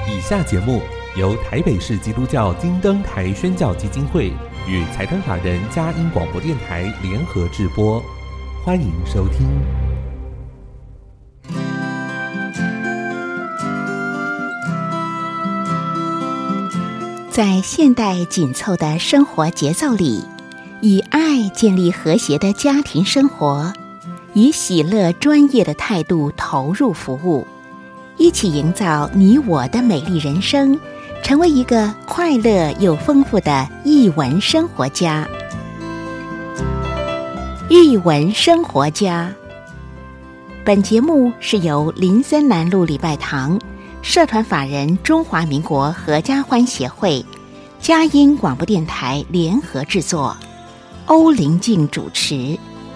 以下节目由台北市基督教金灯台宣教基金会与财团法人佳音广播电台联合制播，欢迎收听。 在现代紧凑的生活节奏里，以爱建立和谐的家庭生活，以喜乐专业的态度投入服务，一起营造你我的美丽人生，成为一个快乐又丰富的艺文生活家。艺文生活家，本节目是由林森南路礼拜堂社团法人中华民国合家欢协会、佳音广播电台联合制作，欧玲静主持。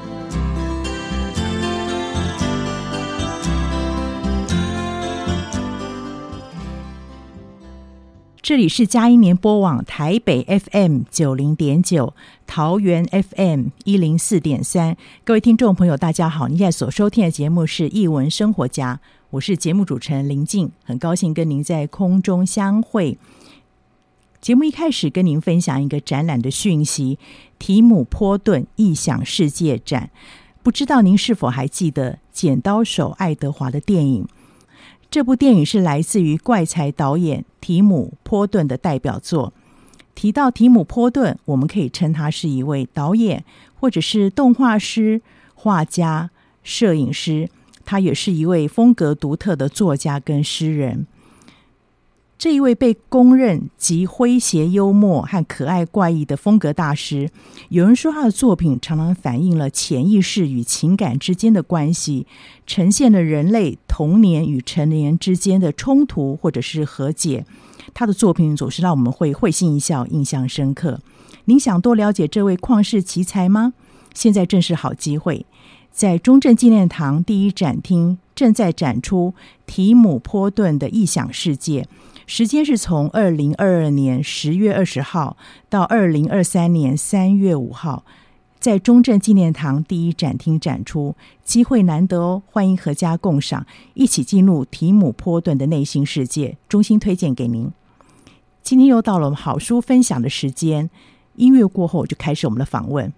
这里是佳音联播网台北 FM 90.9，桃园 FM 104.3。各位听众朋友大家好，您现在所收听的节目是艺文生活家，我是节目主持人林静，很高兴跟您在空中相会。节目一开始跟您分享一个展览的讯息，提姆波顿异想世界展。不知道您是否还记得剪刀手爱德华的电影？这部电影是来自于怪才导演提姆波顿的代表作。提到提姆波顿，我们可以称他是一位导演，或者是动画师、画家、摄影师，他也是一位风格独特的作家跟诗人。这一位被公认集诙谐幽默和可爱怪异的风格大师，有人说他的作品常常反映了潜意识与情感之间的关系，呈现了人类童年与成年之间的冲突或者是和解。他的作品总是让我们会会心一笑，印象深刻。您想多了解这位旷世奇才吗？现在正是好机会。在中正纪念堂第一展厅正在展出提姆波顿的异想世界，时间是从2022年10月20号到2023年3月5号，在中正纪念堂第一展厅展出，机会难得哦，欢迎阖家共赏，一起进入提姆波顿的内心世界，衷心推荐给您。今天又到了我们好书分享的时间，音乐过后就开始我们的访问。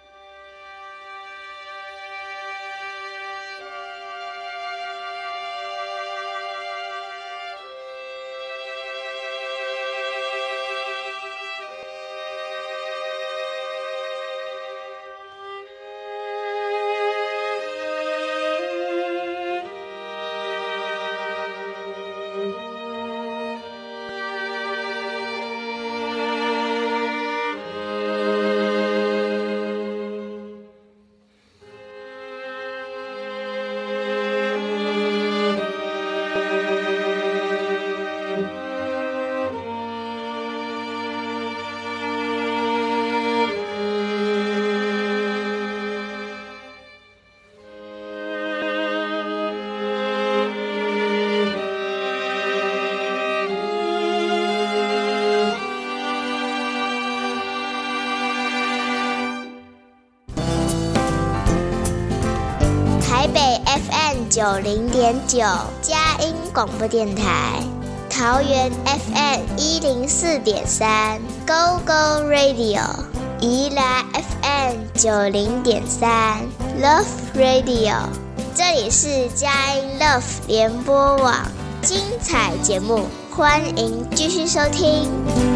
90.9佳音广播电台，桃园 FM 104.3 Go Go Radio， 宜兰 FM 90.3 Love Radio， 这里是佳音 Love 联播网，精彩节目，欢迎继续收听。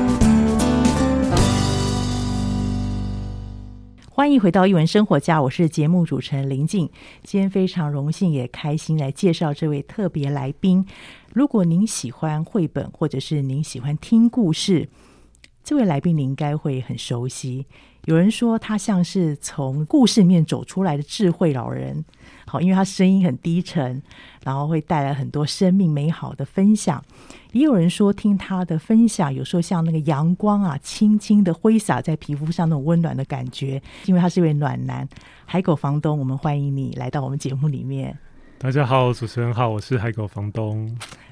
欢迎回到艺文生活家，我是节目主持人林静。今天非常荣幸也开心来介绍这位特别来宾。如果您喜欢绘本，或者是您喜欢听故事，这位来宾你应该会很熟悉。有人说他像是从故事里面走出来的智慧老人，好，因为他声音很低沉，然后会带来很多生命美好的分享。也有人说听他的分享有时候像那个阳光啊，轻轻的挥洒在皮肤上那种温暖的感觉，因为他是一位暖男。海狗房东，我们欢迎你来到我们节目里面。 大家好，主持人好，我是海狗房东。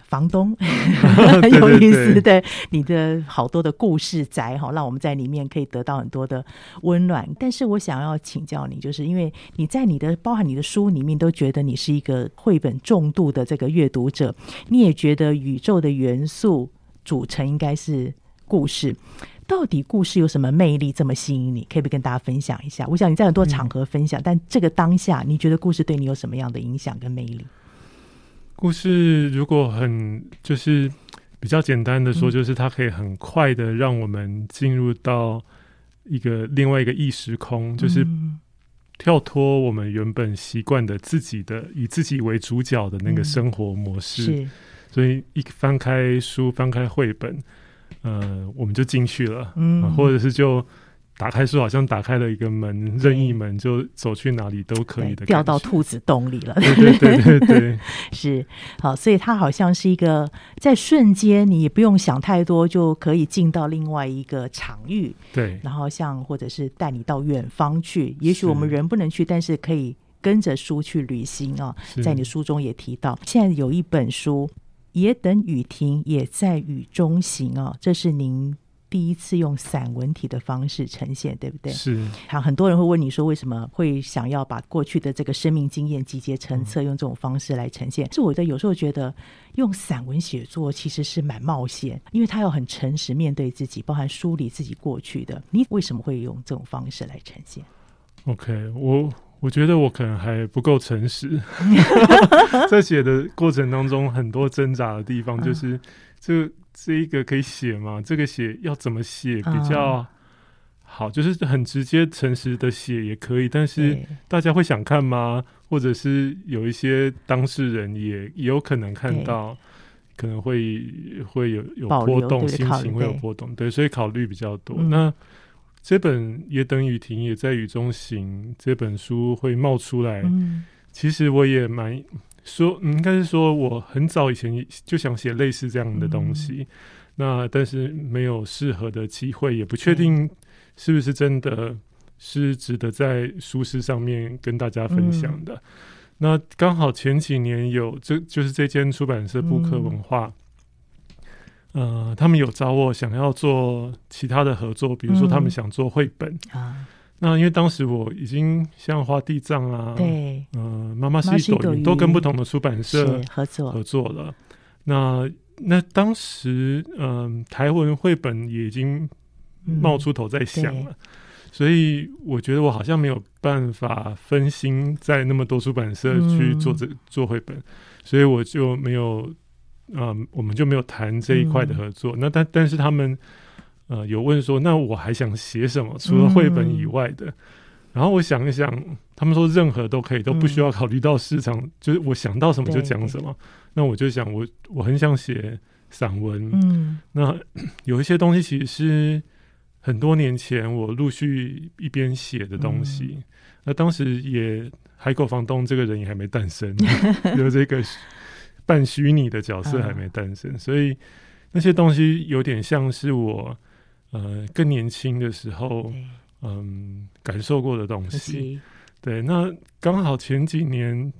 房东很有意思，对你的好多的故事宅让我们在里面可以得到很多的温暖。但是我想要请教你，就是因为你在包含你的书里面都觉得你是一个绘本重度的这个阅读者，你也觉得宇宙的元素组成应该是故事，到底故事有什么魅力这么吸引你？可以不可以跟大家分享一下？我想你在很多场合分享，但这个当下你觉得故事对你有什么样的影响跟魅力？ 故事如果就是比较简单的说，就是它可以很快的让我们进入到另外一个异时空，就是跳脱我们原本习惯的以自己为主角的那个生活模式。所以一翻开书，翻开绘本，我们就进去了，或者是就打开书，好像打开了一个门，任意门，就走去哪里都可以的感觉， 掉到兔子洞里了。 对是好，所以它好像是一个在瞬间，你也不用想太多，就可以进到另外一个场域。 对， 然后或者是带你到远方去，也许我们人不能去，但是可以跟着书去旅行在你书中也提到，现在有一本书也等雨停，也在雨中行这是您第一次用散文体的方式呈现，对不对？ 是。 很多人会问你说，为什么会想要把过去的这个生命经验集结成册，用这种方式来呈现？是我有时候觉得用散文写作其实是蛮冒险，因为他要很诚实面对自己，包含梳理自己过去的。你为什么会用这种方式来呈现？ OK， 我觉得我可能还不够诚实在写的过程当中很多挣扎的地方，就是这一个可以写吗？这个写要怎么写比较好？就是很直接诚实的写也可以，但是大家会想看吗？或者是有一些当事人也有可能看到，可能会有波动，心情会有波动，对，所以考虑比较多。那这本也等雨停，也在雨中行这本书会冒出来，其实我也应该是说我很早以前就想写类似这样的东西，那但是没有适合的机会，也不确定是不是真的是值得在书市上面跟大家分享的。那刚好前几年就是这间出版社布克文化，他们有找我想要做其他的合作，比如说他们想做绘本那因为当时我已经像花地藏对，妈妈是一朵云都跟不同的出版社合作了。那当时台文绘本也已经冒出头在想了，所以我觉得我好像没有办法分心在那么多出版社去做绘本，所以我就没有我们就没有谈这一块的合作。那但是他们有问说，那我还想写什么？除了绘本以外的。然后我想一想，他们说任何都可以，都不需要考虑到市场，就是我想到什么就讲什么。那我就想，我很想写散文。那有一些东西其实是很多年前我陆续一边写的东西。那当时海狗房东这个人也还没诞生，有这个半虚拟的角色还没诞生，所以那些东西有点像是我更年轻的时候感受过的东西。对，那刚好前年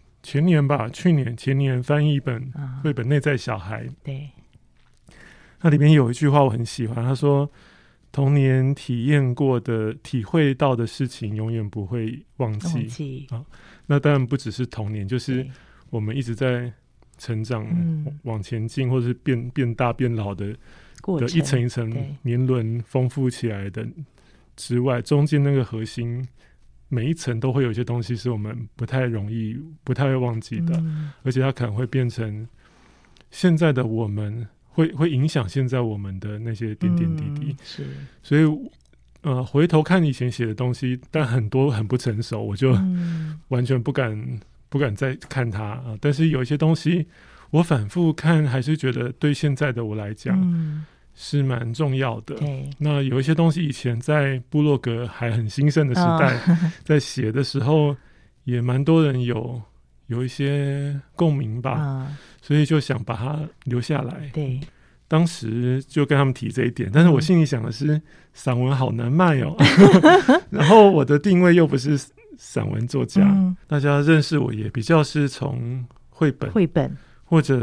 翻译一本绘本《内在小孩》， 对， 那里面有一句话我很喜欢，他说童年体验过的体会到的事情永远不会忘记那当然不只是童年，就是我们一直在成长往前进，或者是变大变老的一层一层年轮丰富起来的之外，中间那个核心每一层都会有一些东西是我们不太会忘记的，而且它可能会变成现在的我们，会影响现在我们的那些点点滴滴。 是， 所以回头看以前写的东西，但很多很不成熟，我就完全不敢再看它但是有一些东西我反复看，还是觉得对现在的我来讲是蛮重要的。那有一些东西以前在部落格还很兴盛的时代在写的时候也蛮多人有一些共鸣吧所以就想把它留下来。 对， 当时就跟他们提这一点，但是我心里想的是散文好难卖然后我的定位又不是散文作家大家认识我也比较是从绘本或者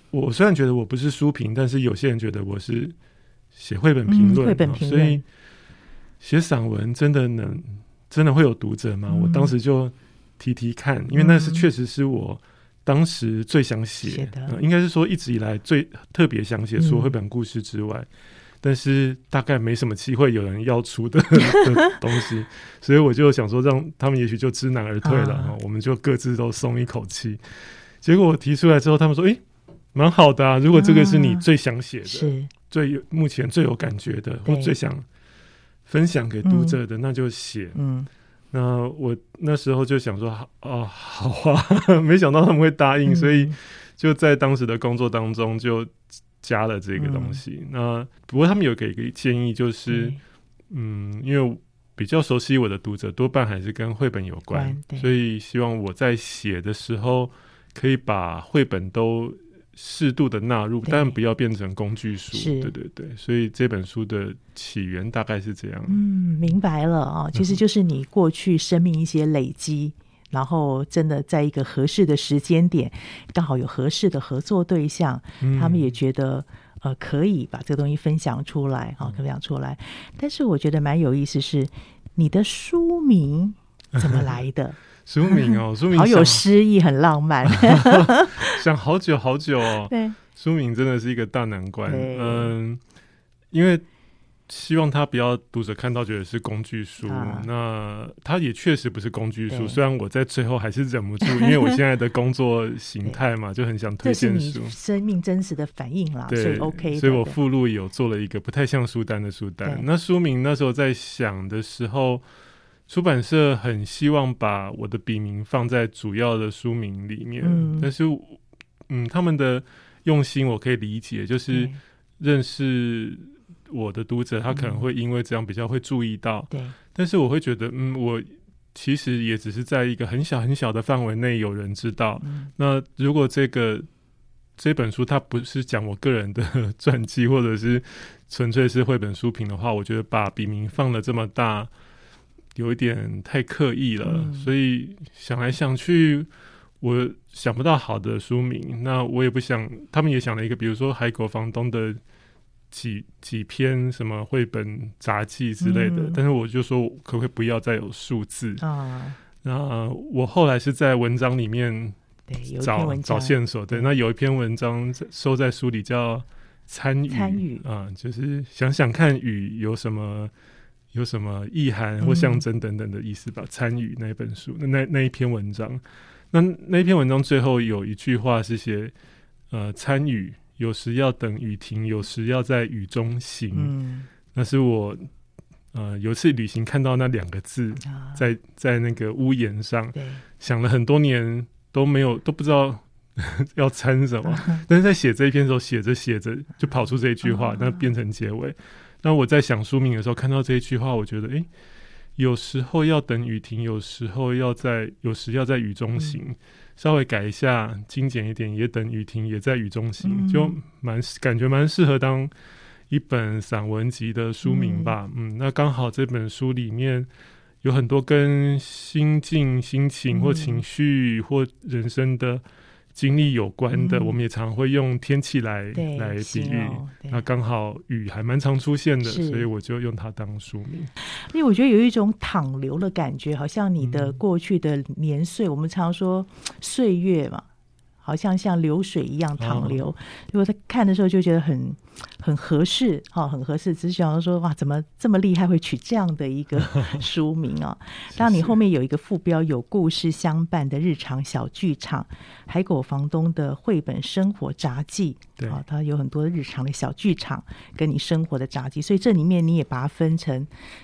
我虽然觉得我不是书评，但是有些人觉得我是写绘本评论， 绘本评论， 所以写散文真的会有读者吗？我当时就提看，因为那是确实是我当时最想写的，应该是说一直以来最特别想写除了绘本故事之外，但是大概没什么机会有人要出的东西，所以我就想说让他们也许就知难而退了，我们就各自都松一口气。结果我提出来之后，他们说蛮好的啊，如果这个是你最想写的，目前最有感觉的，或最想分享给读者的，那就写。那我那时候就想说好啊没想到他们会答应，所以就在当时的工作当中就加了这个东西。那不过他们有给一个建议，就是因为比较熟悉我的读者多半还是跟绘本有关，所以希望我在写的时候可以把绘本都适度的纳入，但不要变成工具书。对，所以这本书的起源大概是这样。 明白了其实就是你过去生命一些累积，然后真的在一个合适的时间点，刚好有合适的合作对象，他们也觉得可以把这个东西分享出来但是我觉得蛮有意思是你的书名怎么来的？ 书名好有诗意，很浪漫想好久好久对， 书名真的是一个大难关。因为希望他不要读者看到觉得是工具书，那他也确实不是工具书，虽然我在最后还是忍不住因为我现在的工作形态嘛就很想推荐书， 这是你生命真实的反应啦，所以 OK 的。 所以我附录有做了一个不太像书单的书单。那书名那时候在想的时候，出版社很希望把我的笔名放在主要的书名里面，但是他们的用心我可以理解，就是认识我的读者他可能会因为这样比较会注意到，但是我会觉得我其实也只是在一个很小很小的范围内有人知道，那如果这本书它不是讲我个人的传记，或者是纯粹是绘本书评的话，我觉得把笔名放了这么大有一点太刻意了，所以想来想去我想不到好的书名，那我也不想，他们也想了一个比如说海狗房东的几篇什么绘本杂记之类的，但是我就说可不可以不要再有数字那我后来是在文章里面找线索，那有一篇文章收在书里叫参与就是想想看雨有什么意涵或象征等等的意思吧。参与那本书那一篇文章，那一篇文章最后有一句话是写参与有时要等雨停，有时要在雨中行。那是我有次旅行看到那2个字在那个屋檐上，想了很多年都不知道要参什么但是在写这一篇的时候写着就跑出这一句话，那变成结尾。那我在想书名的时候看到这一句话，我觉得有时候要等雨停，有时要在雨中行，稍微改一下精简一点，也等雨停也在雨中行，就感觉蛮适合当一本散文集的书名吧。那刚好这本书里面有很多跟心境心情或情绪或人生的经历有关的，我们也常会用天气来比喻，那刚好雨还蛮常出现的，所以我就用它当书名。 因为我觉得有一种淌流的感觉，好像你的过去的年岁，我们常说岁月嘛，好像流水一样淌流。如果他看的时候就觉得很合适很合适，只是想说哇，怎么这么厉害会取这样的一个书名当你后面有一个副标，有故事相伴的日常小剧场，海狗房东的绘本生活札记，它有很多日常的小剧场跟你生活的札记，所以这里面你也把它分成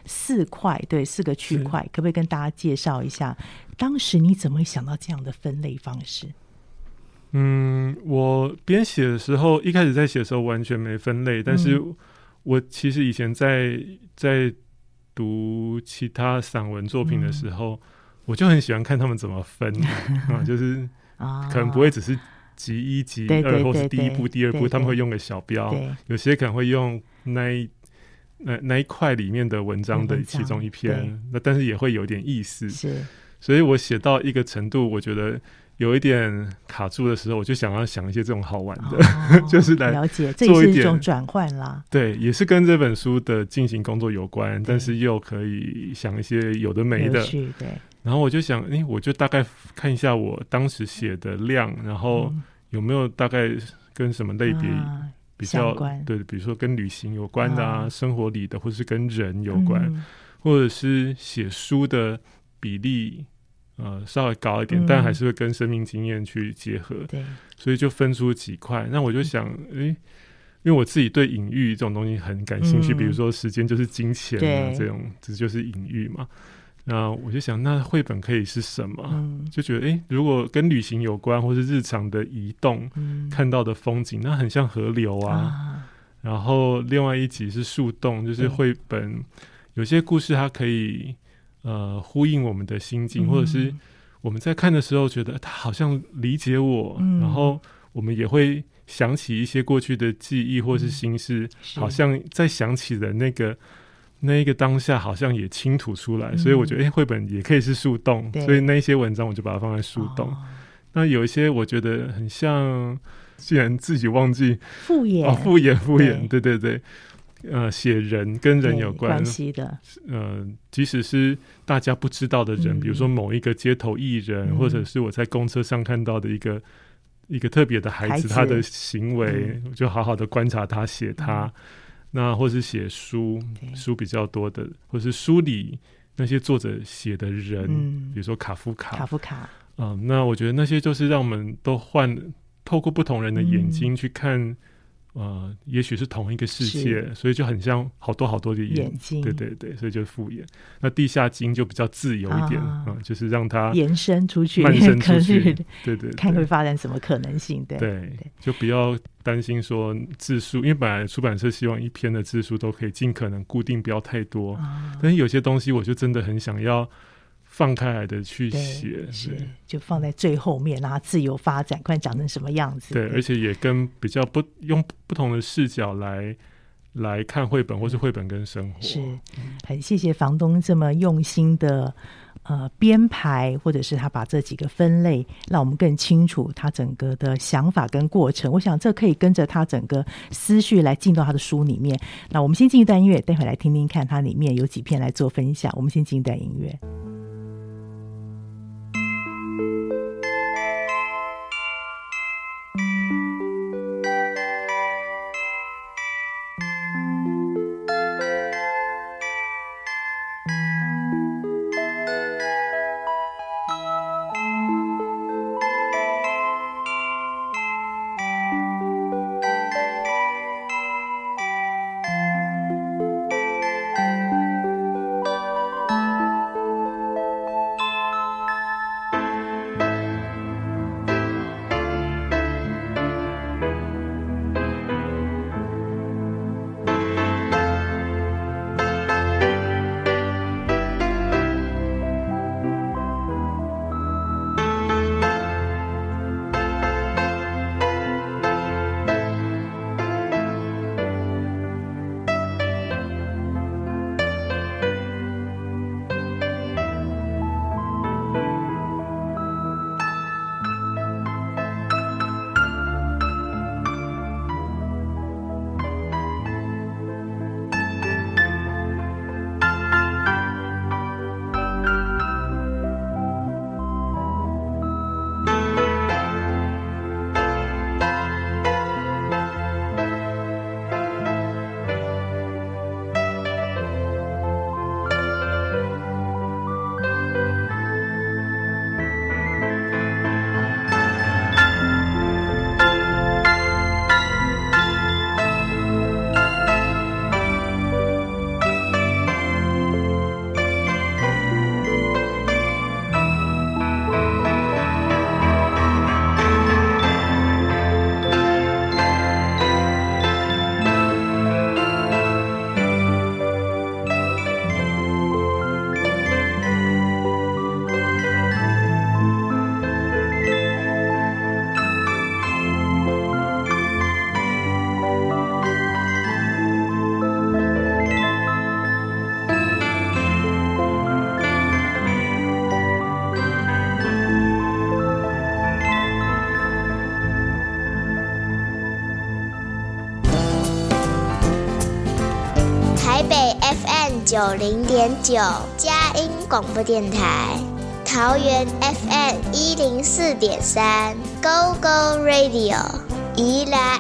4块，4个区块，可不可以跟大家介绍一下当时你怎么会想到这样的分类方式？ 我编写的时候，一开始在写的时候完全没分类，但是我其实以前在读其他散文作品的时候，我就很喜欢看他们怎么分就是可能不会只是集1集2或是第1部第2部，他们会用个小标，有些可能会用那一块里面的文章的其中一篇，那但是也会有点意思，所以我写到一个程度，我觉得有一点卡住的时候，我就想一些这种好玩的，就是来了解， 做一点， 这也是一种转换啦。 对，也是跟这本书的进行工作有关，但是又可以想一些有的没的。 对。 然后我就想，我就大概看一下我当时写的量，然后有没有大概跟什么类别比较对，比如说跟旅行有关的啊，生活里的，或是跟人有关，或者是写书的比例稍微高一点，但还是会跟生命经验去结合。对，所以就分出几块。那我就想，因为我自己对隐喻这种东西很感兴趣，比如说时间就是金钱啊，这就是隐喻嘛。那我就想，那绘本可以是什么？就觉得，如果跟旅行有关，或是日常的移动，看到的风景，那很像河流啊。然后另外一集是树洞，就是绘本有些故事它可以呼应我们的心境，或者是我们在看的时候觉得他好像理解我，然后我们也会想起一些过去的记忆或是心事，好像在想起的那一个当下好像也倾吐出来，所以我觉得绘本也可以是树洞，所以那一些文章我就把它放在树洞。那有一些我觉得很像，既然自己忘记敷衍，对，写人跟人有关系的， 即使是大家不知道的人，比如说某一个街头艺人，或者是我在公车上看到的一个特别的孩子，他的行为，我就好好的观察他，写他。那或是写书比较多的，或是书里那些作者写的人，比如说卡夫卡，那我觉得那些就是让我们都透过不同人的眼睛去看，也许是同一个世界，所以就很像好多好多的眼睛，对，所以就是复眼。那地下经就比较自由一点，就是让它延伸出去， 漫伸出去，对， 看会发展什么可能性， 对，就不要担心说字数，因为本来出版社希望一篇的字数都可以尽可能固定，不要太多，但是有些东西我就真的很想要放开来的去写， 就放在最后面，让它自由发展，看长成什么样子。 对，而且也跟比较用不同的视角来看绘本，或是绘本跟生活。 是，很谢谢房东这么用心的编排，或者是他把这几个分类，让我们更清楚他整个的想法跟过程。我想这可以跟着他整个思绪来进到他的书里面。那我们先进一段音乐，待会来听听看他里面有几篇来做分享。我们先进一段音乐。 台北 FM90.9 佳音广播电台，桃园 FM104.3 Go Go Radio， 宜兰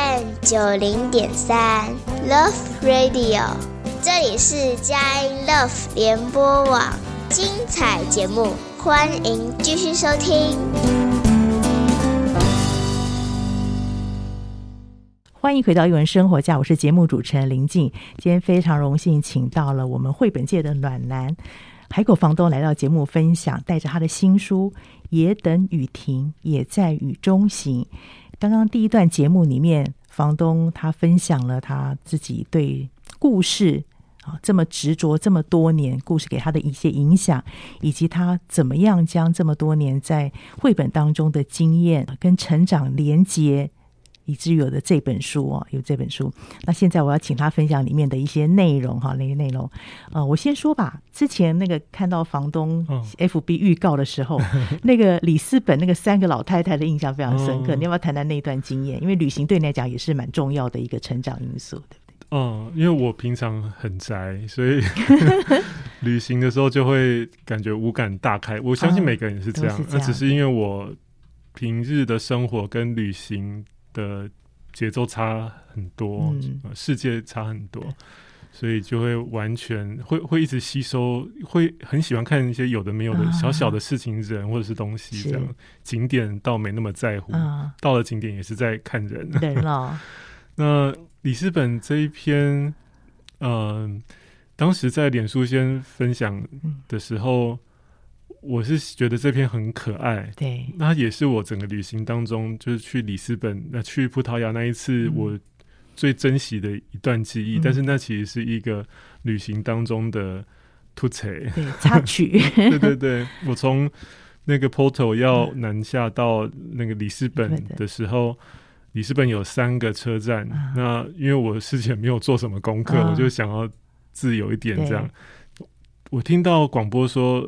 FM90.3 Love Radio。这里是佳音 Love 联播网，精彩节目，欢迎继续收听。 欢迎回到艺文生活家，我是节目主持人林静。今天非常荣幸请到了我们绘本界的暖男海狗房东来到节目分享，带着他的新书《也等雨停，也在雨中行》。刚刚第一段节目里面，房东他分享了他自己对故事这么执着这么多年，故事给他的一些影响，以及他怎么样将这么多年在绘本当中的经验跟成长连结，以至于有的这本书有这本书。那现在我要请他分享里面的一些内容那些内容我先说吧。之前那个看到房东 FB 预告的时候那个里斯本那个3个老太太的印象非常深刻你要不要谈谈那段经验？因为旅行对你来讲也是蛮重要的一个成长因素，对不对？ 因为我平常很宅，所以旅行的时候就会感觉五感大开。我相信每个人也是这样，那只是因为我平日的生活跟旅行的节奏差很多，世界差很多，所以就会完全会一直吸收，会很喜欢看一些有的没有的小小的事情、人或者是东西，这样景点倒没那么在乎，到了景点也是在看人那里斯本这一篇当时在脸书先分享的时候，我是觉得这篇很可爱， 对， 那也是我整个旅行当中，就是去里斯本去葡萄牙那一次我最珍惜的一段记忆，但是那其实是一个旅行当中的突锤， 对，插曲对对对，我从那个 Porto 要南下到那个里斯本的时候，里斯本有3个车站，那因为我事前没有做什么功课，我就想要自由一点这样。我听到广播说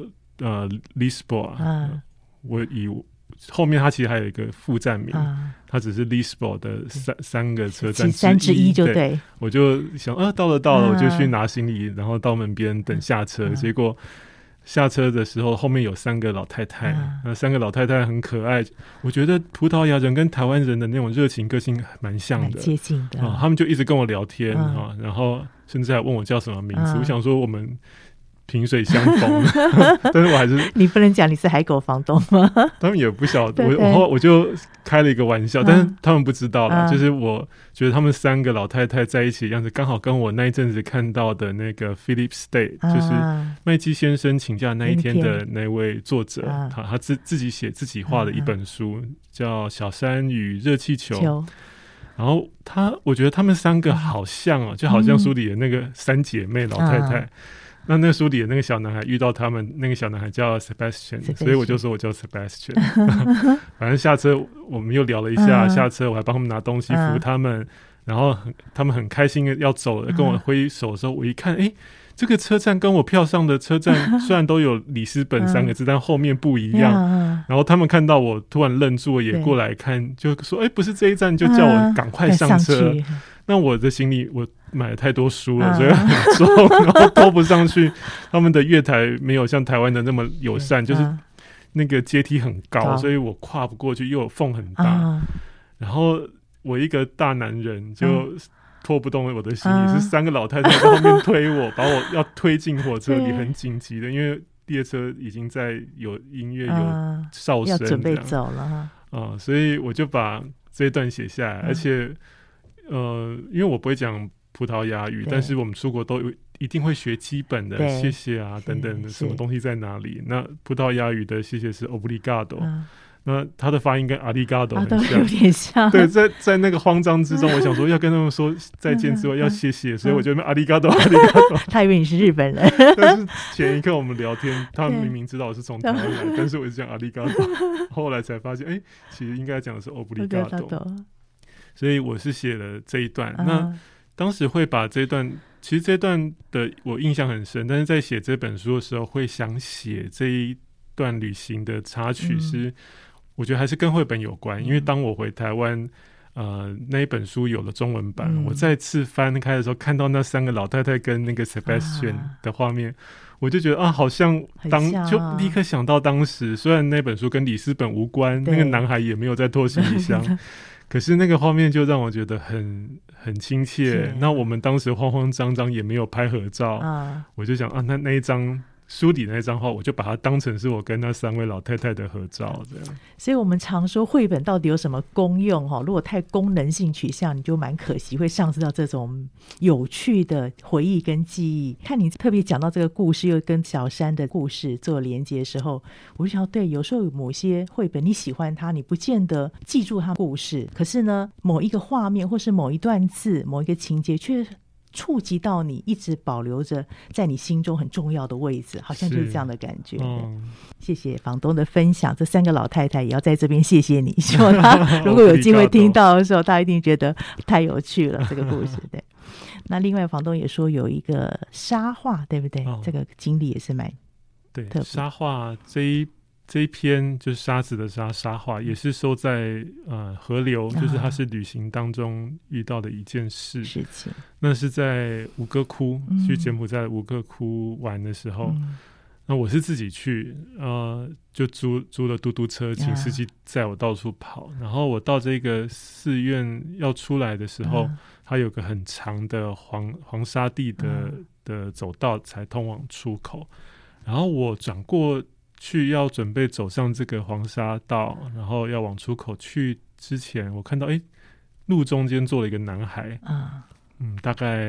Lisboa，我以后面它其实还有一个副站名，它只是 Lisboa 的三个车站 3之1就对。 我就想到了，我就去拿行李，然后到门边等下车，结果下车的时候后面有3个老太太，那3个老太太很可爱，我觉得葡萄牙人跟台湾人的那种热情个性蛮像的，蛮接近的他们就一直跟我聊天然后甚至还问我叫什么名字，我想说我们萍水相逢但是我还是你不能讲你是海狗房东吗？ 他们也不晓得，我就开了一个玩笑，但是他们不知道啦，就是我觉得他们3个老太太在一起的样子刚好跟我那一阵子看到的那个 Philip State，就是麦基先生请假那一天的那位作者，他自己写自己画的一本书叫《小山与热气球》，然后我觉得他们3个好像就好像书里的那个3姐妹老太太，那个书里的那个小男孩遇到他们，那个小男孩叫 Sebastian， 所以我就说我叫 Sebastian 反正下车我们又聊了一下，下车我还帮他们拿东西扶他们，然后他们很开心的要走了，跟我挥手的时候，我一看这个车站跟我票上的车站虽然都有里斯本3个字，但后面不一样然后他们看到我突然愣住，也过来看，就说不是这一站，就叫我赶快上车那我的行李我买了太多书了，所以很重然后拖不上去他们的月台没有像台湾的那么友善，就是那个阶梯很高，所以我跨不过去，又有缝很大然后我一个大男人就拖不动我的行李，是3个老太太在后面推我把我要推进火车里，很紧急的，因为列车已经在有音乐有哨声要准备走了所以我就把这一段写下来而且因为我不会讲葡萄牙语，但是我们出国都一定会学基本的谢谢等等的什么东西在哪里，那葡萄牙语的谢谢是 obrigado那他的发音跟阿里嘎多很像， 有点像。 对，在那个慌张之中，我想说要跟他们说再见之外要谢谢，所以我就阿里嘎多，阿里嘎多。 他以为你是日本人， 但是前一刻我们聊天，他们明明知道我是从台湾来，但是我就讲阿里嘎多，后来才发现，其实应该讲的是欧布里嘎多。所以我是写了这一段。那当时会把这一段，其实这段的我印象很深，但是在写这本书的时候，会想写这一段旅行的插曲是。我觉得还是跟绘本有关，因为当我回台湾那一本书有了中文版，我再次翻开的时候，看到那3个老太太跟那个 Sebastian 的画面，我就觉得好像就立刻想到当时，虽然那本书跟里斯本无关，那个男孩也没有在拖行李箱，可是那个画面就让我觉得很亲切。那我们当时慌慌张张也没有拍合照，我就想那一张书里那一张画，我就把它当成是我跟那3位老太太的合照这样。 所以我们常说绘本到底有什么功用如果太功能性取向，你就蛮可惜会丧失到这种有趣的回忆跟记忆。看你特别讲到这个故事又跟小山的故事做连结的时候，我就想对，有时候有某些绘本你喜欢它，你不见得记住它故事，可是呢某一个画面或是某一段字某一个情节却触及到你，一直保留着在你心中很重要的位置，好像就是这样的感觉。谢谢房东的分享，这3个老太太也要在这边谢谢你，希望他如果有机会听到的时候他一定觉得太有趣了这个故事。对，那另外房东也说有一个沙画，对不对？这个经历也是蛮特别。 对，沙画这一篇就是沙子的沙画，也是收在河流，就是他是旅行当中遇到的一件事情。那是在吴哥窟，去柬埔寨吴哥窟玩的时候，那我是自己去，就租了嘟嘟车，请司机载我到处跑。然后我到这个寺院要出来的时候，它有个很长的黄沙地的走道才通往出口。然后我转过去要准备走上这个黄沙道，然后要往出口去之前，我看到路中间坐了一个男孩，大概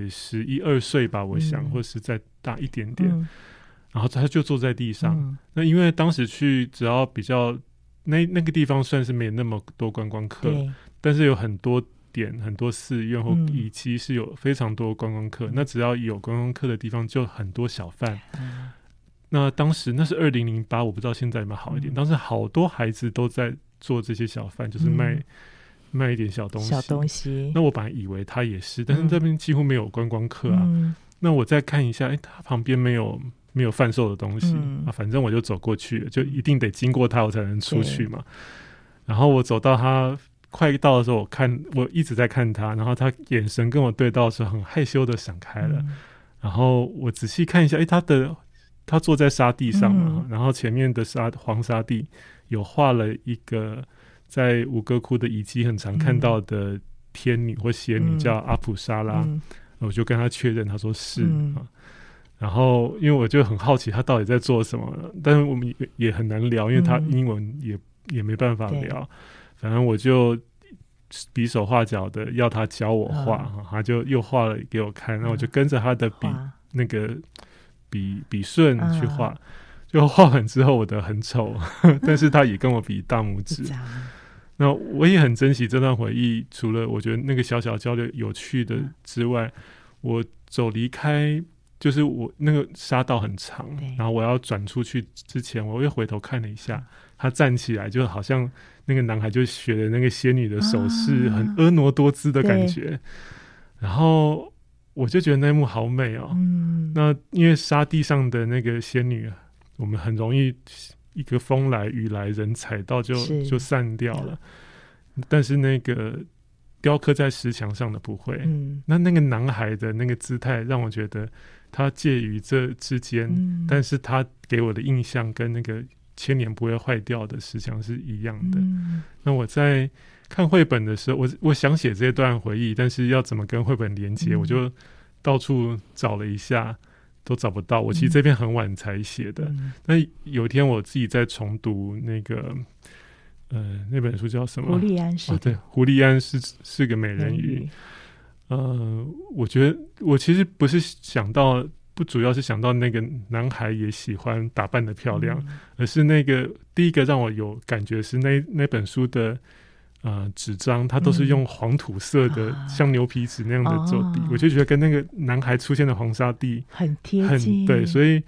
11、12岁吧，我想，或是再大一点点。然后他就坐在地上。那因为当时去只要比较那个地方算是没那么多观光客，但是有很多点很多寺院或遗迹是有非常多观光客，那只要有观光客的地方就很多小贩。那当时那是2008，我不知道现在有没有好一点。当时好多孩子都在做这些小贩，就是卖一点小东西。那我本来以为他也是，但是这边几乎没有观光客啊。那我再看一下，他旁边没有贩售的东西反正我就走过去了，就一定得经过他我才能出去嘛。然后我走到他快到的时候，我一直在看他，然后他眼神跟我对到的时候，很害羞的闪开了。然后我仔细看一下，他坐在沙地上嘛，然后前面的黄沙地有画了一个在吴哥窟的遗迹很常看到的天女或仙女，叫阿普沙拉。我就跟他确认，他说是然后因为我就很好奇他到底在做什么，但是我们也很难聊，因为他英文也没办法聊。反正我就比手画脚的要他教我画，他就又画了给我看，那我就跟着他的那个笔顺去画，就画完之后我的很丑但是他也跟我比大拇指。那我也很珍惜这段回忆，除了我觉得那个小小交流有趣的之外，我走离开，就是我那个沙道很长，然后我要转出去之前，我又回头看了一下，他站起来就好像那个男孩就学的那个仙女的手势，很婀娜多姿的感觉。然后我就觉得那一幕好美哦。那因为沙地上的那个仙女，我们很容易一个风来雨来人踩到就散掉了，但是那个雕刻在石墙上的不会。那个男孩的那个姿态让我觉得他介于这之间，但是他给我的印象跟那个千年不会坏掉的石墙是一样的。那我在看绘本的时候，我想写这段回忆，但是要怎么跟绘本连接，我就到处找了一下都找不到。我其实这篇很晚才写的。那有一天我自己在重读那个那本书叫什么？ 胡利安是对，胡利安是个美人鱼。我觉得我其实不是想到，不主要是想到那个男孩也喜欢打扮的漂亮，而是那个第一个让我有感觉是那本书的纸张，它都是用黄土色的，像牛皮纸那样的做底，我就觉得跟那个男孩出现的黄沙地很贴近。 对，所以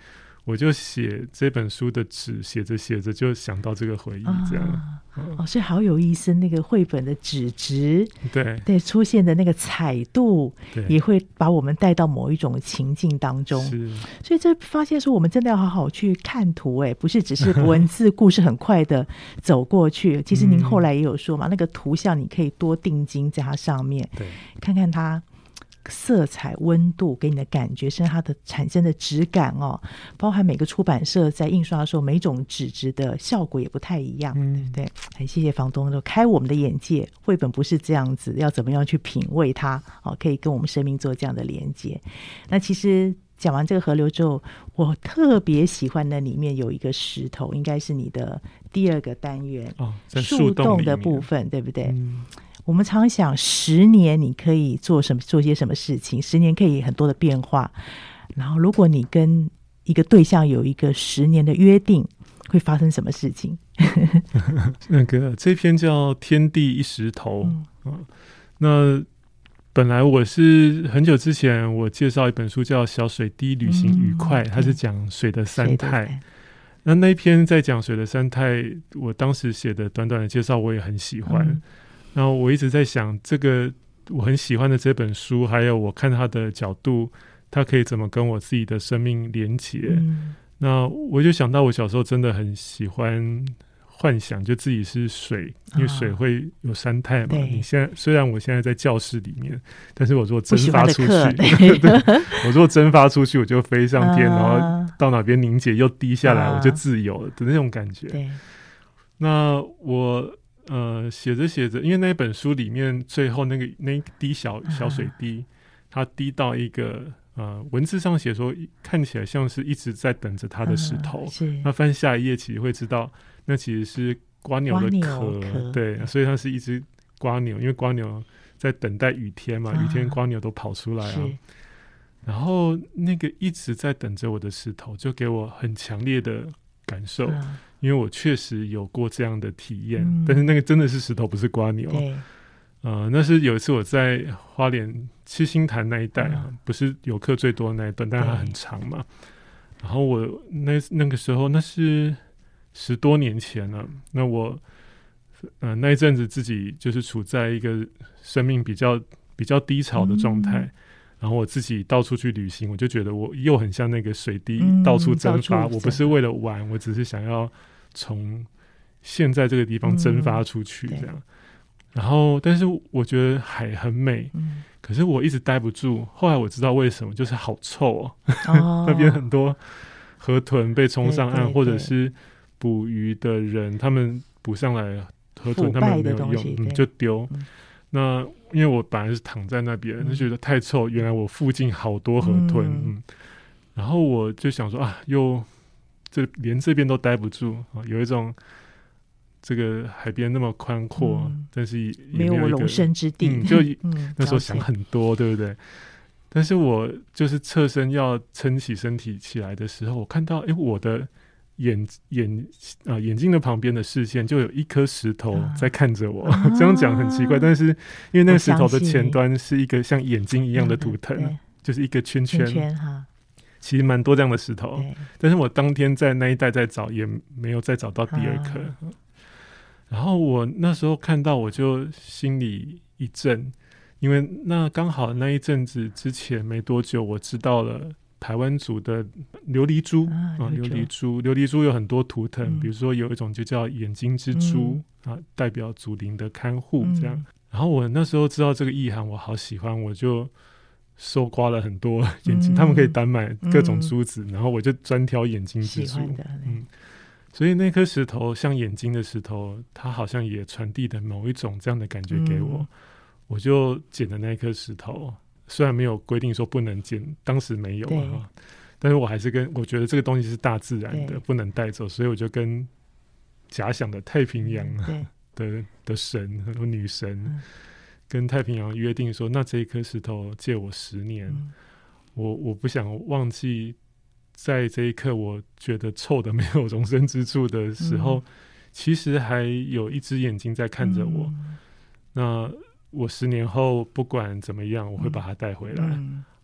我就写这本书的纸，写着写着就想到这个回忆，这样。 所以好有意思，那个绘本的纸质，对出现的那个彩度，也会把我们带到某一种情境当中。所以这发现说，我们真的要好好去看图，不是只是文字故事很快的走过去。其实您后来也有说嘛，那个图像你可以多定睛在它上面，看看它色彩温度给你的感觉，甚至它的产生的质感包含每个出版社在印刷的时候每种纸质的效果也不太一样，对不对？很谢谢房东开我们的眼界，绘本不是这样子，要怎么样去品味它，可以跟我们生命做这样的连接。那其实讲完这个河流之后，我特别喜欢的里面有一个石头，应该是你的第2个单元在树洞的部分，对不对？我们常想10年你可以做些什么事情，10年可以很多的变化，然后如果你跟一个对象有一个10年的约定，会发生什么事情？ 这篇叫天地一石头，那本来我是很久之前我介绍一本书叫小水滴旅行愉快，它是讲水的三态。那一篇在讲水的三态，我当时写的短短的介绍我也很喜欢，然后我一直在想，这个我很喜欢的这本书，还有我看它的角度，它可以怎么跟我自己的生命连结。那我就想到我小时候真的很喜欢幻想，就自己是水，因为水会有三态嘛。你现在虽然我现在在教室里面，但是我如果蒸发出去，我如果蒸发出去，我就飞上天，然后到哪边凝结又滴下来，我就自由了的那种感觉。那我写着写着，因为那本书里面最后那一滴小水滴，它滴到一个文字上写说看起来像是一直在等着它的石头，那翻下一页其实会知道那其实是蝸牛的壳，对，所以它是一只蝸牛，因为蝸牛在等待雨天嘛，雨天蝸牛都跑出来然后那个一直在等着我的石头就给我很强烈的感受，因为我确实有过这样的体验，但是那个真的是石头，不是蝸牛。那是有一次我在花莲七星潭那一带不是游客最多的那一段，但它很长嘛。然后我那个时候那是10多年前了，那我那一阵子自己就是处在一个生命比较低潮的状态。然后我自己到处去旅行，我就觉得我又很像那个水滴到处蒸发，我不是为了玩，我只是想要从现在这个地方蒸发出去这样。然后但是我觉得海很美，可是我一直待不住，后来我知道为什么，就是好臭那边很多河豚被冲上岸，或者是捕鱼的人他们捕上来河豚他们没有用，就丢。那因为我本来是躺在那边就觉得太臭，原来我附近好多河豚然后我就想说又连这边都待不住有一种这个海边那么宽阔但是也没有一个容身之地就那时候想很多对不对？但是我就是侧身要撑起身体起来的时候，我看到我的眼睛的旁边的视线就有一颗石头在看着我这样讲很奇怪，但是因为那个石头的前端是一个像眼睛一样的图腾，就是一个圈圈其实蛮多这样的石头，但是我当天在那一带在找也没有再找到第2颗然后我那时候看到我就心里一震，因为那刚好那一阵子之前没多久我知道了台湾族的琉璃珠琉璃珠有很多图腾，比如说有一种就叫眼睛之珠代表祖灵的看护这样。然后我那时候知道这个意涵，我好喜欢，我就搜刮了很多眼睛，他们可以单买各种珠子，然后我就专挑眼睛之珠所以那颗石头像眼睛的石头，它好像也传递的某一种这样的感觉给我，我就捡了那颗石头，虽然没有规定说不能捡，当时没有但是我还是我觉得这个东西是大自然的，不能带走，所以我就跟假想的太平洋的神和女神跟太平洋约定说，那这一颗石头借我10年我不想忘记在这一刻我觉得臭的没有容身之处的时候其实还有一只眼睛在看着我那我10年后不管怎么样我会把它带回来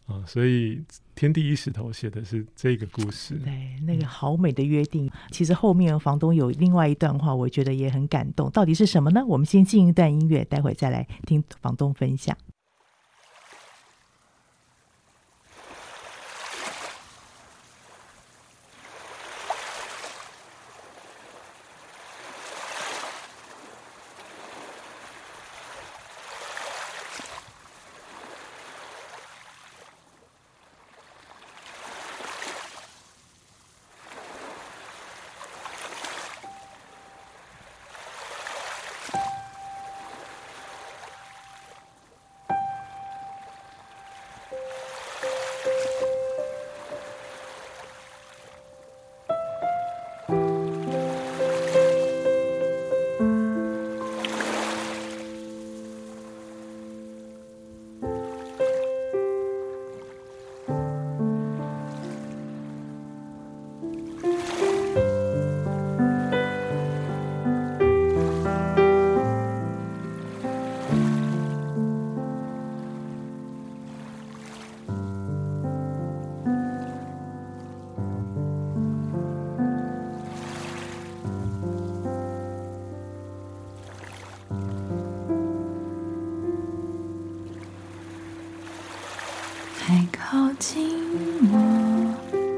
所以天地一石头写的是这个故事。 对，那个好美的约定。其实后面房东有另外一段话，我觉得也很感动。到底是什么呢？我们先进一段音乐，待会再来听房东分享。 太靠近我，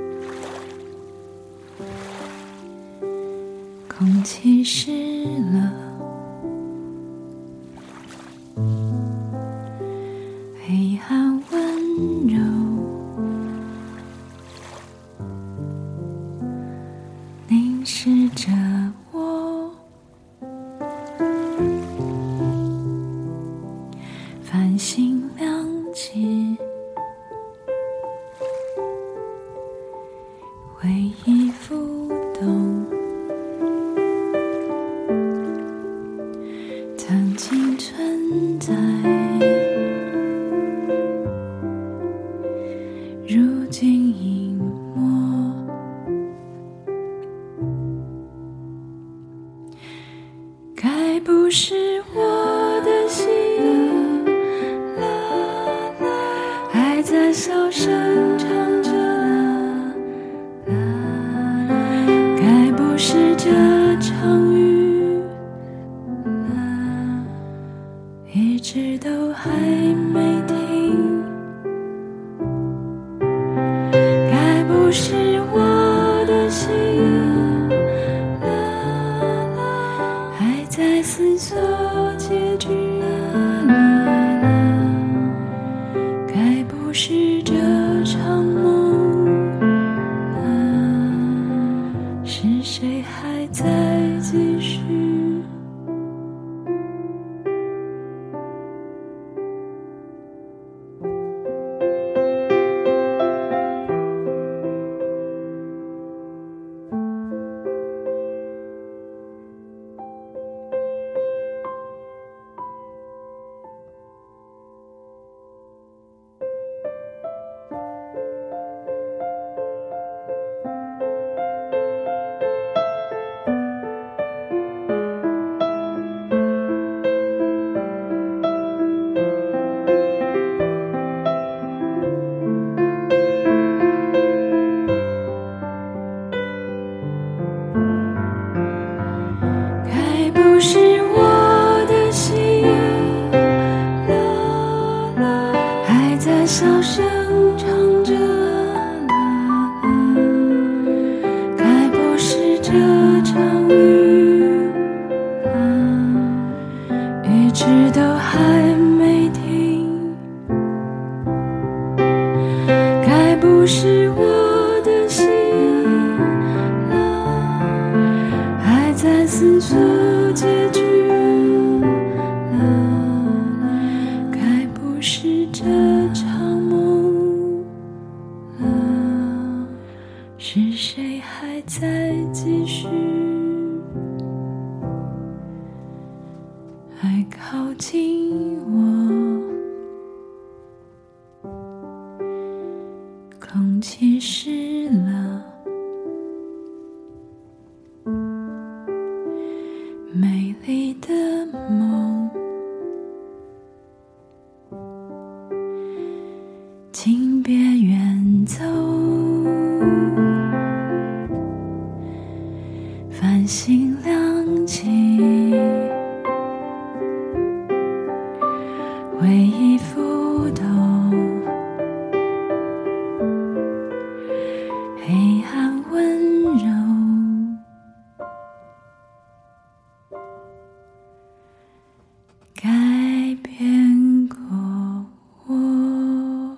空气湿了，黑暗温柔，凝视着我，繁星亮起，回忆浮动，曾经存在，如今隐没，该不是我的心还在小声唱着，该不是这场雨一直都还没停，该不是我的心还在思索结局，该不是这场梦是谁还在继续？该不是我的心还在小声唱着，该不是这场雨一直都还没停，该不是我的心还在思索结局，该不是这场梦是谁还在继续？还靠近我，空气湿了，美丽的梦，请别远走，繁星亮起，回忆浮动，黑暗温柔，改变过我。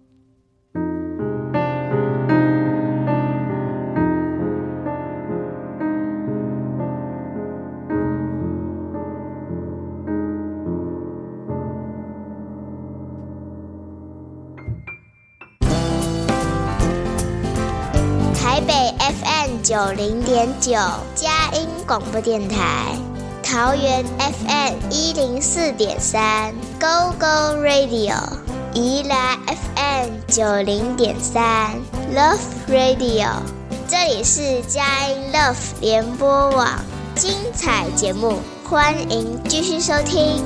台北 FM 90.9佳音广播电台，桃园 FM 104.3 Go Go Radio， 宜兰 FM 90.3 Love Radio。这里是佳音 Love 联播网，精彩节目，欢迎继续收听。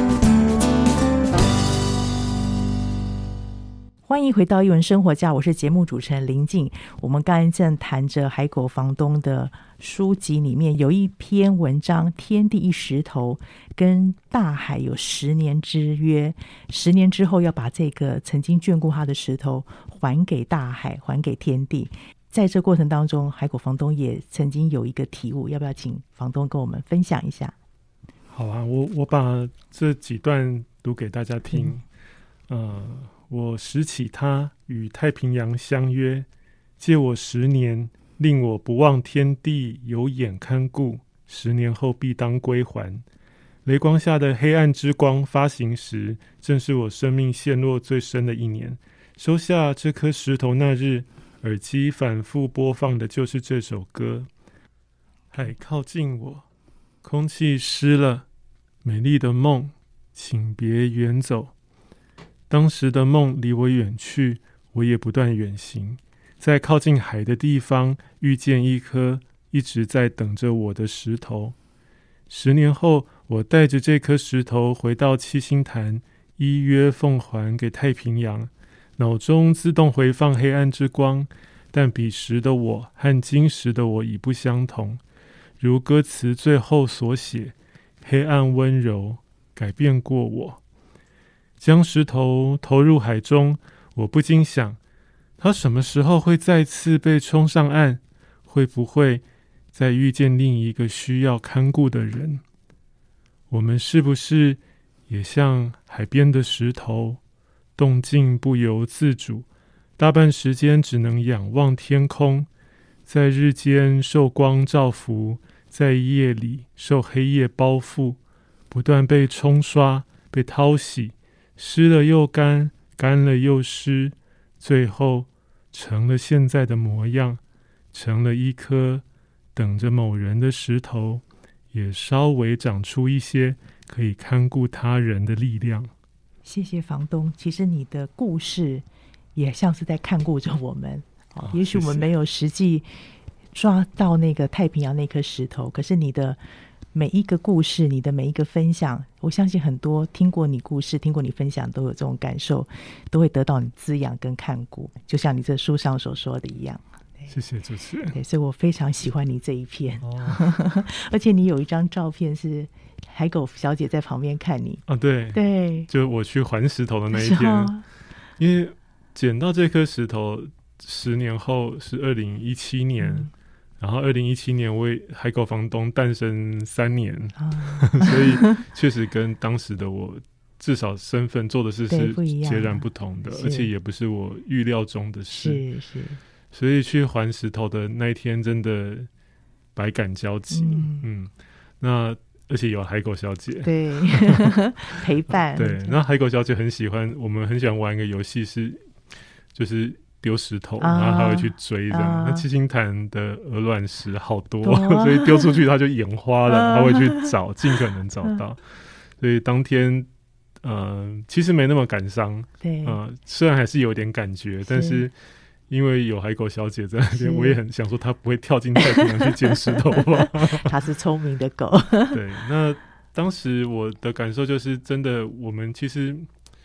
欢迎回到艺文生活家，我是节目主持人林静。我们刚才正谈着海狗房东的书籍里面有一篇文章，天地一石头，跟大海有10年之约，10年之后要把这个曾经眷顾他的石头还给大海，还给天地。在这过程当中，海狗房东也曾经有一个体悟，要不要请房东跟我们分享一下？ 好啊，我把这几段读给大家听。我拾起他与太平洋相约，借我10年，令我不忘天地，有眼看顾，10年后必当归还。雷光下的黑暗之光发行时，正是我生命陷落最深的一年。收下这颗石头那日，耳机反复播放的就是这首歌。海靠近我，空气湿了，美丽的梦，请别远走。当时的梦离我远去，我也不断远行，在靠近海的地方遇见一颗一直在等着我的石头。10年后，我带着这颗石头回到七星潭，依约奉还给太平洋，脑中自动回放黑暗之光，但彼时的我和今时的我已不相同。如歌词最后所写，黑暗温柔改变过我。将石头投入海中，我不禁想，他什么时候会再次被冲上岸？会不会再遇见另一个需要看顾的人？我们是不是也像海边的石头，动静不由自主，大半时间只能仰望天空，在日间受光照拂，在夜里受黑夜包覆，不断被冲刷，被淘洗，湿了又干，干了又湿，最后成了现在的模样，成了一颗等着某人的石头，也稍微长出一些可以看顾他人的力量。 谢谢房东，其实你的故事也像是在看顾着我们。也许我们没有实际抓到那个太平洋那颗石头，可是你的每一个故事，你的每一个分享，我相信很多听过你故事，听过你分享都有这种感受，都会得到你滋养跟看顾，就像你这书上所说的一样。 谢谢主持人。 对，所以我非常喜欢你这一篇。而且你有一张照片是海狗小姐在旁边看你。 对对， 就我去还石头的那一天，因为捡到这颗石头10年后是2017年，然后2017年为海狗房东诞生3年，所以确实跟当时的我至少身份做的事是截然不同的，而且也不是我预料中的事。 是， 所以去还石头的那一天真的百感交集。那而且有海狗小姐对陪伴。 对，那海狗小姐很喜欢，我们很喜欢玩一个游戏，就是丢石头，然后他会去追这样。那七星潭的鹅卵石好多，所以丢出去它就眼花了，他会去找，尽可能找到。所以当天其实没那么感伤， 对， 虽然还是有点感觉，但是因为有海狗小姐在那边，我也很想说她不会跳进太平洋去捡石头吧。 她是聪明的狗。 对，那当时我的感受就是真的，我们其实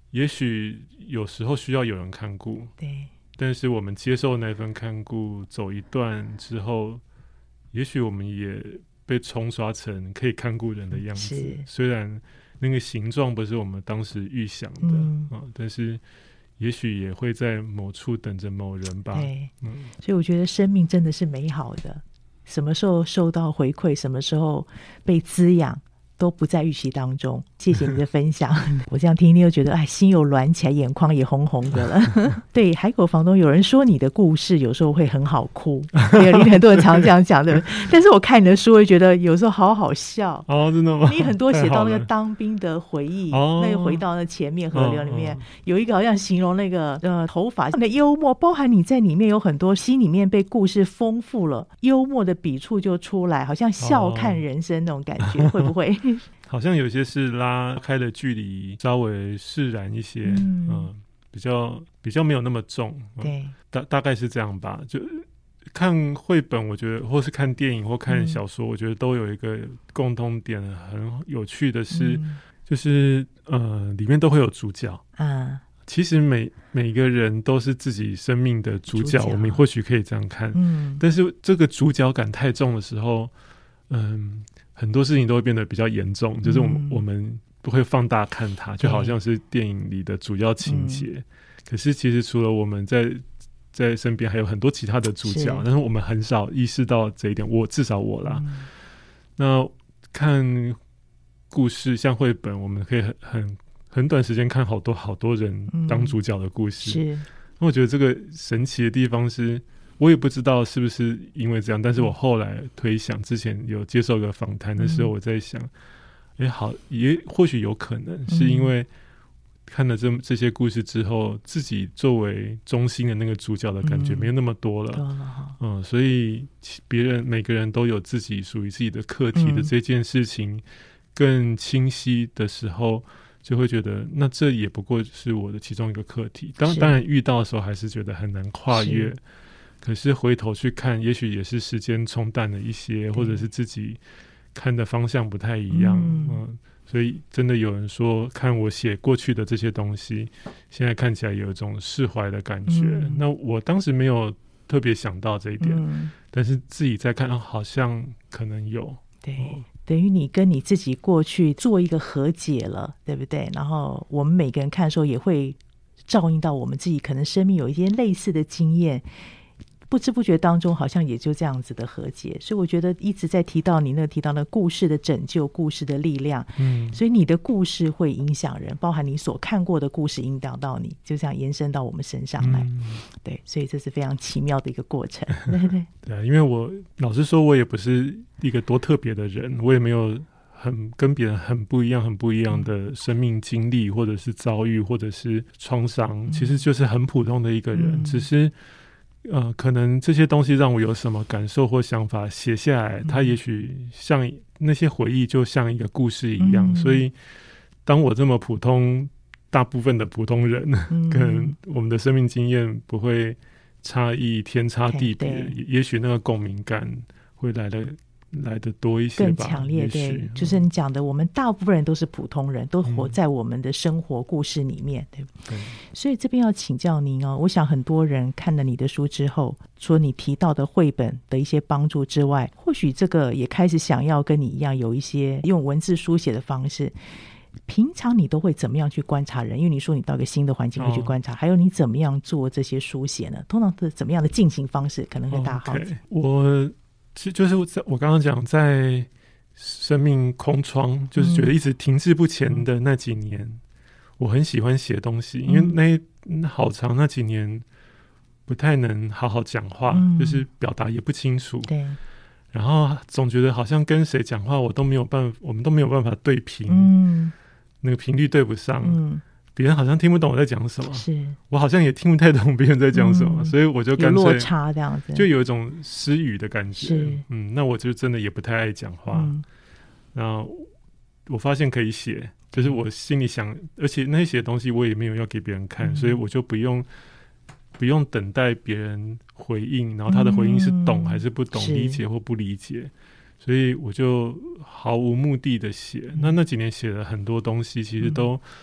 也许有时候需要有人看顾， 对， 但是我们接受那份看顾走一段之后，也许我们也被冲刷成可以看顾人的样子，虽然那个形状不是我们当时预想的，但是也许也会在某处等着某人吧。 对，所以我觉得生命真的是美好的，什么时候受到回馈，什么时候被滋养，都不在预期当中。谢谢你的分享我这样听又觉得哎，心又暖起来，眼眶也红红的了对，海口房东有人说你的故事有时候会很好哭有很多人常这样讲的但是我看你的书会觉得有时候好好笑哦，真的吗？ 你很多写到那个当兵的回忆那个回到那前面河流里面有一个好像形容那个头发的幽默，包含你在里面有很多心里面被故事丰富了，幽默的笔触就出来，好像笑看人生那种感觉会不会好像有些是拉开的距离稍微释然一些，比较没有那么重， 对， 大概是这样吧。就看绘本，我觉得或是看电影或看小说，我觉得都有一个共通点，很有趣的是，就是里面都会有主角啊。其实每个人都是自己生命的主角，我们或许可以这样看，但是这个主角感太重的时候，很多事情都会变得比较严重，就是我们不会放大看它，就好像是电影里的主要情节。可是其实除了我们在身边，还有很多其他的主角，但是我们很少意识到这一点。至少我啦。那看故事，像绘本，我们可以很短时间看好多人当主角的故事。是，那我觉得这个神奇的地方是。我也不知道是不是因为这样，但是我后来推想，之前有接受个访谈的时候，我在想，好，也或许有可能是因为看了这些故事之后，自己作为中心的那个主角的感觉没有那么多了，所以每个人都有自己属于自己的课题的这件事情更清晰的时候，就会觉得那这也不过是我的其中一个课题。当然遇到的时候还是觉得很难跨越。可是回头去看，也许也是时间冲淡了一些，或者是自己看的方向不太一样，所以真的有人说，看我写过去的这些东西，现在看起来有一种释怀的感觉。那我当时没有特别想到这一点，但是自己在看，好像可能有。 对，等于你跟你自己过去做一个和解了，对不对？然后我们每个人看的时候，也会照应到我们自己，可能生命有一些类似的经验。不知不觉当中好像也就这样子的和解，所以我觉得一直在提到你提到的故事的拯救，故事的力量，所以你的故事会影响人，包含你所看过的故事影响到你，就这样延伸到我们身上来，对，所以这是非常奇妙的一个过程对，因为我老实说，我也不是一个多特别的人，我也没有跟别人很不一样的生命经历，或者是遭遇，或者是创伤，其实就是很普通的一个人，只是可能这些东西让我有什么感受或想法写下来，它也许像那些回忆就像一个故事一样，所以当我这么普通，大部分的普通人，可能我们的生命经验不会差异天差地别，也许那个共鸣感会来的多一些吧， 更强烈。对，就是你讲的，我们大部分人都是普通人，都活在我们的生活故事里面，对不对？所以这边要请教您哦，我想很多人看了你的书之后，除了你提到的绘本的一些帮助之外，或许这个也开始想要跟你一样有一些用文字书写的方式。平常你都会怎么样去观察人？因为你说你到一个新的环境会去观察，还有你怎么样做这些书写呢？通常是怎么样的进行方式？可能跟大家好奇。 就是我刚刚讲，在生命空窗，就是觉得一直停滞不前的那几年，我很喜欢写东西，因为那好长那几年不太能好好讲话，就是表达也不清楚。对。然后总觉得好像跟谁讲话，我们都没有办法对频，那个频率对不上。别人好像听不懂我在讲什么，我好像也听不太懂别人在讲什么，所以我就干脆有落差这样子， 就有一种失语的感觉。那我就真的也不太爱讲话。然后我发现可以写，就是我心里想，而且那些东西我也没有要给别人看，所以我就不用等待别人回应，然后他的回应是懂还是不懂，理解或不理解，所以我就毫无目的的写。那几年写了很多东西，其实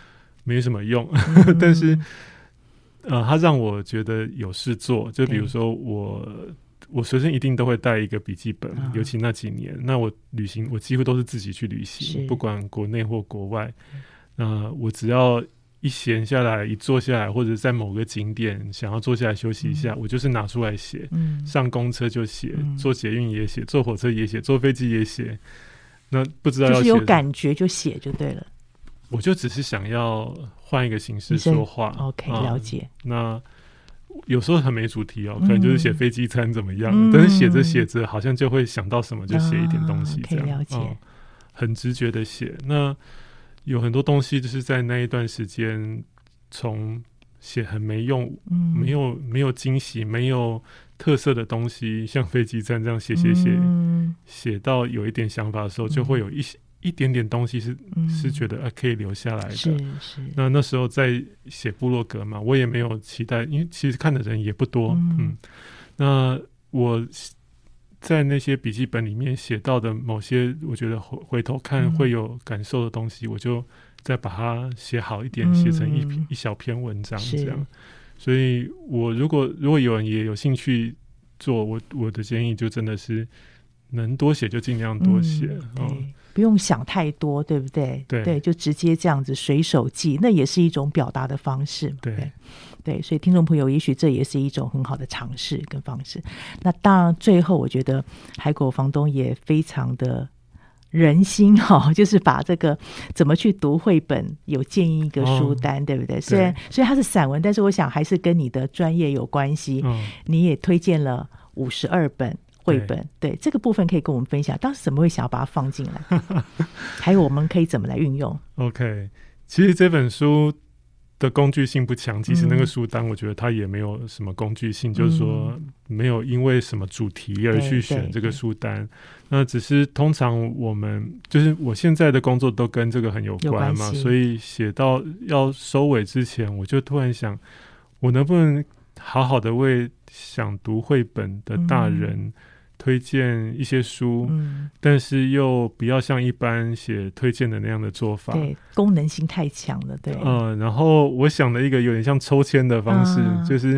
没什么用，但是它让我觉得有事做。就比如说我随身一定都会带一个笔记本，尤其那几年，那我旅行我几乎都是自己去旅行，不管国内或国外。那我只要一闲下来，一坐下来，或者在某个景点想要坐下来休息一下，我就是拿出来写。上公车就写，坐捷运也写，坐火车也写，坐飞机也写。那不知道要写，就是有感觉就写就对了。 我就只是想要换一个形式说话。 OK， 了解。 那有时候很没主题可能就是写飞机餐怎么样，但是写着写着好像就会想到什么就写一点东西，这样可以了解。 很直觉的写。那有很多东西就是在那一段时间，从写很没用、没有惊喜、没有特色的东西，像飞机餐这样写到有一点想法的时候，就会有一点点东西是觉得可以留下来的。 是。 那时候在写部落格嘛，我也没有期待，因为其实看的人也不多。那我在那些笔记本里面写到的某些我觉得回头看会有感受的东西，我就再把它写好一点，写成一小篇文章这样。所以我如果有人也有兴趣做，我的建议就真的是能多写就尽量多写。 不用想太多，对不对？对，就直接这样子随手记，那也是一种表达的方式嘛。对，所以听众朋友，也许这也是一种很好的尝试跟方式。那当然，最后我觉得海狗房东也非常的人心就是把这个怎么去读绘本有建议一个书单，对不对？虽然它是散文，但是我想还是跟你的专业有关系。你也推荐了52本绘本，对这个部分可以跟我们分享，当时怎么会想要把它放进来？还有我们可以怎么来运用 ？OK， 其实这本书的工具性不强，其实那个书单我觉得它也没有什么工具性，就是说没有因为什么主题而去选这个书单。那只是通常我们就是我现在的工作都跟这个很有关嘛，所以写到要收尾之前，我就突然想，我能不能好好的为想读绘本的大人推荐一些书，但是又不要像一般写推荐的那样的做法， 对，功能性太强了，对。 然后我想了一个有点像抽签的方式，就是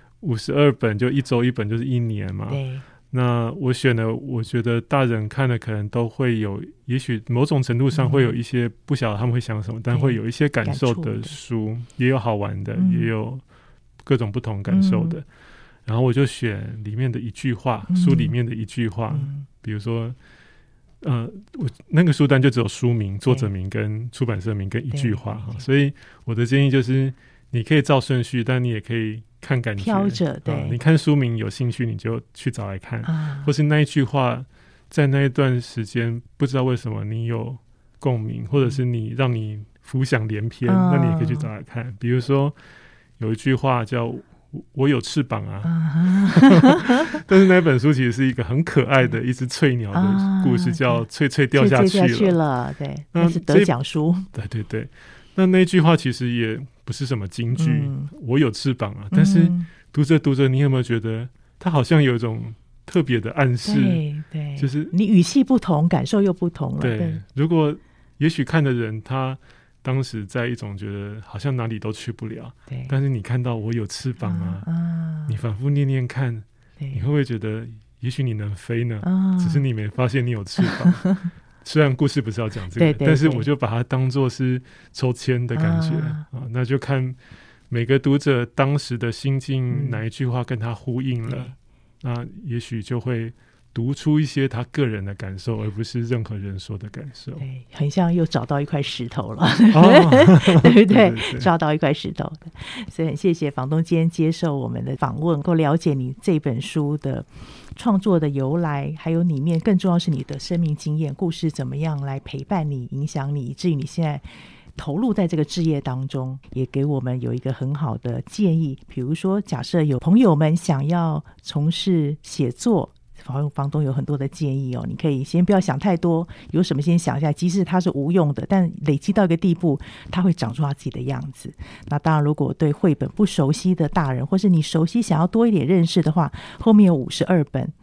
52本就一周一本，就是1年嘛。 对。 那我选了，我觉得大人看了可能都会有，也许某种程度上会有一些不晓得他们会想什么，但会有一些感受的书，也有好玩的，也有各种不同感受的。然后我就选里面的一句话，书里面的一句话，比如说我那个书单就只有书名、作者名跟出版社名跟一句话，所以我的建议就是你可以照顺序，但你也可以看感觉， 挑着。对， 你看书名有兴趣你就去找来看，或是那一句话在那一段时间不知道为什么你有共鸣，或者是让你浮想联翩，那你也可以去找来看。比如说有一句话叫我有翅膀啊，但是那本书其实是一个很可爱的一只翠鸟的故事，叫翠翠掉下去了。对，那是得奖书。对，那句话其实也不是什么金句，我有翅膀啊，但是读着你有没有觉得它好像有一种特别的暗示？ 对， 就是你语气不同，感受又不同了。 对，如果也许看的人他当时在一种觉得好像哪里都去不了，对，但是你看到我有翅膀啊，你反复念念看，你会不会觉得也许你能飞呢？只是你没发现你有翅膀。虽然故事不是要讲这个，但是我就把它当作是抽签的感觉那就看每个读者当时的心境哪一句话跟他呼应了，那也许就会读出一些他个人的感受，而不是任何人说的感受。 对，很像又找到一块石头了，对不对？抓到一块石头。所以很谢谢房东今天接受我们的访问，够了解你这本书的创作的由来，还有里面更重要是你的生命经验故事怎么样来陪伴你、影响你，以至于你现在投入在这个志业当中，也给我们有一个很好的建议。比如说假设有朋友们想要从事写作，房东有很多的建议你可以先不要想太多，有什么先想一下，即使它是无用的，但累积到一个地步它会长出它自己的样子。那当然如果对绘本不熟悉的大人，或是你熟悉想要多一点认识的话，后面有52本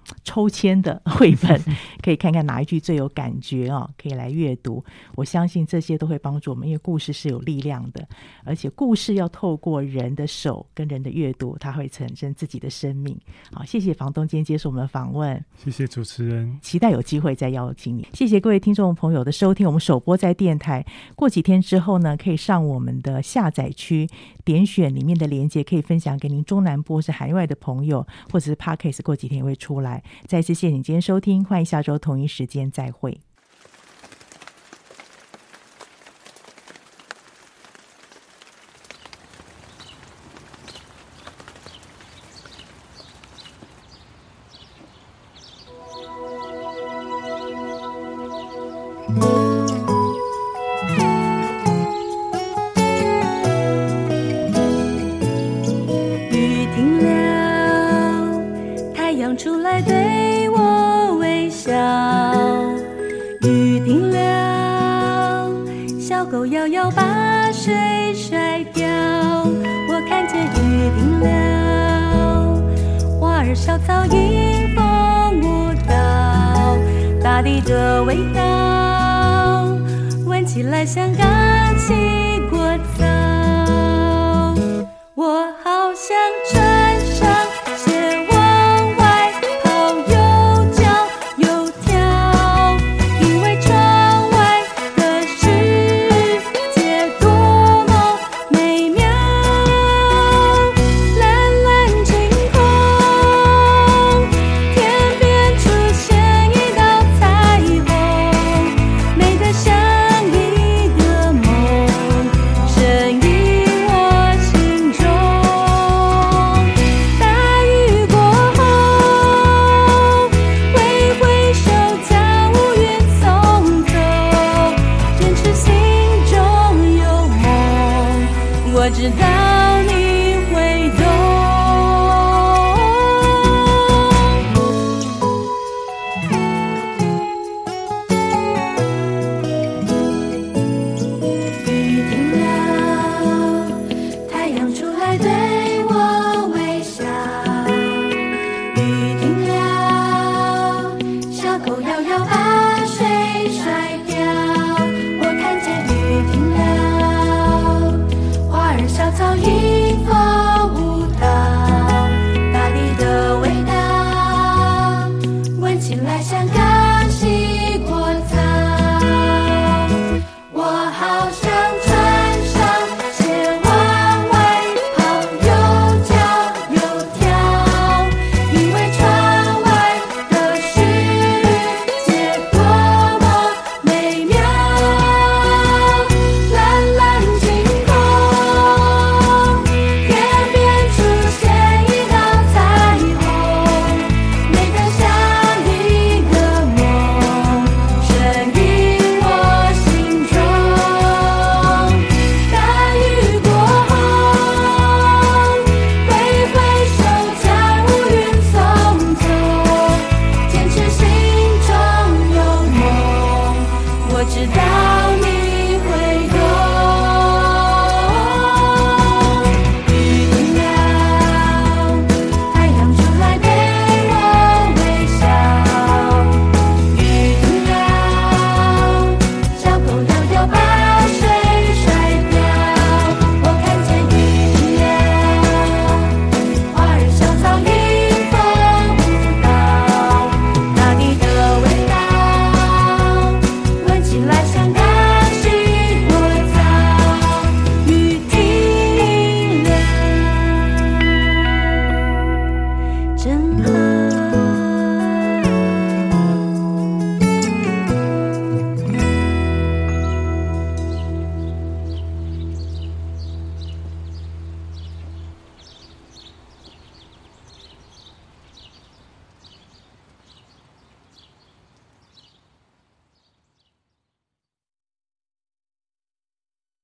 抽签的绘本，可以看看哪一句最有感觉哦，可以来阅读。我相信这些都会帮助我们，因为故事是有力量的，而且故事要透过人的手跟人的阅读，它会产生自己的生命。好，谢谢房东今天接受我们的访问， 谢谢主持人， 期待有机会再邀请你。谢谢各位听众朋友的收听，我们首播在电台，过几天之后呢，可以上我们的下载区点选里面的连结，可以分享给您中南部或是海外的朋友，或者是 Podcast 过几天也会出来。再次谢谢你今天收听，欢迎下周同一时间再会。 雨停了，太阳出来对我微笑。雨停了，小狗摇摇把水甩掉。我看见雨停了，花儿小草迎风舞蹈，大地的味道闻起来像刚起过澡。我好想穿上鞋往外跑，又叫又跳，因为窗外的世界多么美妙。蓝蓝晴空，天边出现一道彩虹，美得像一个梦，深印我心中。大雨过后，挥挥手将乌云送走，坚持心中有梦，我知道你会懂。雨停了，太阳出来对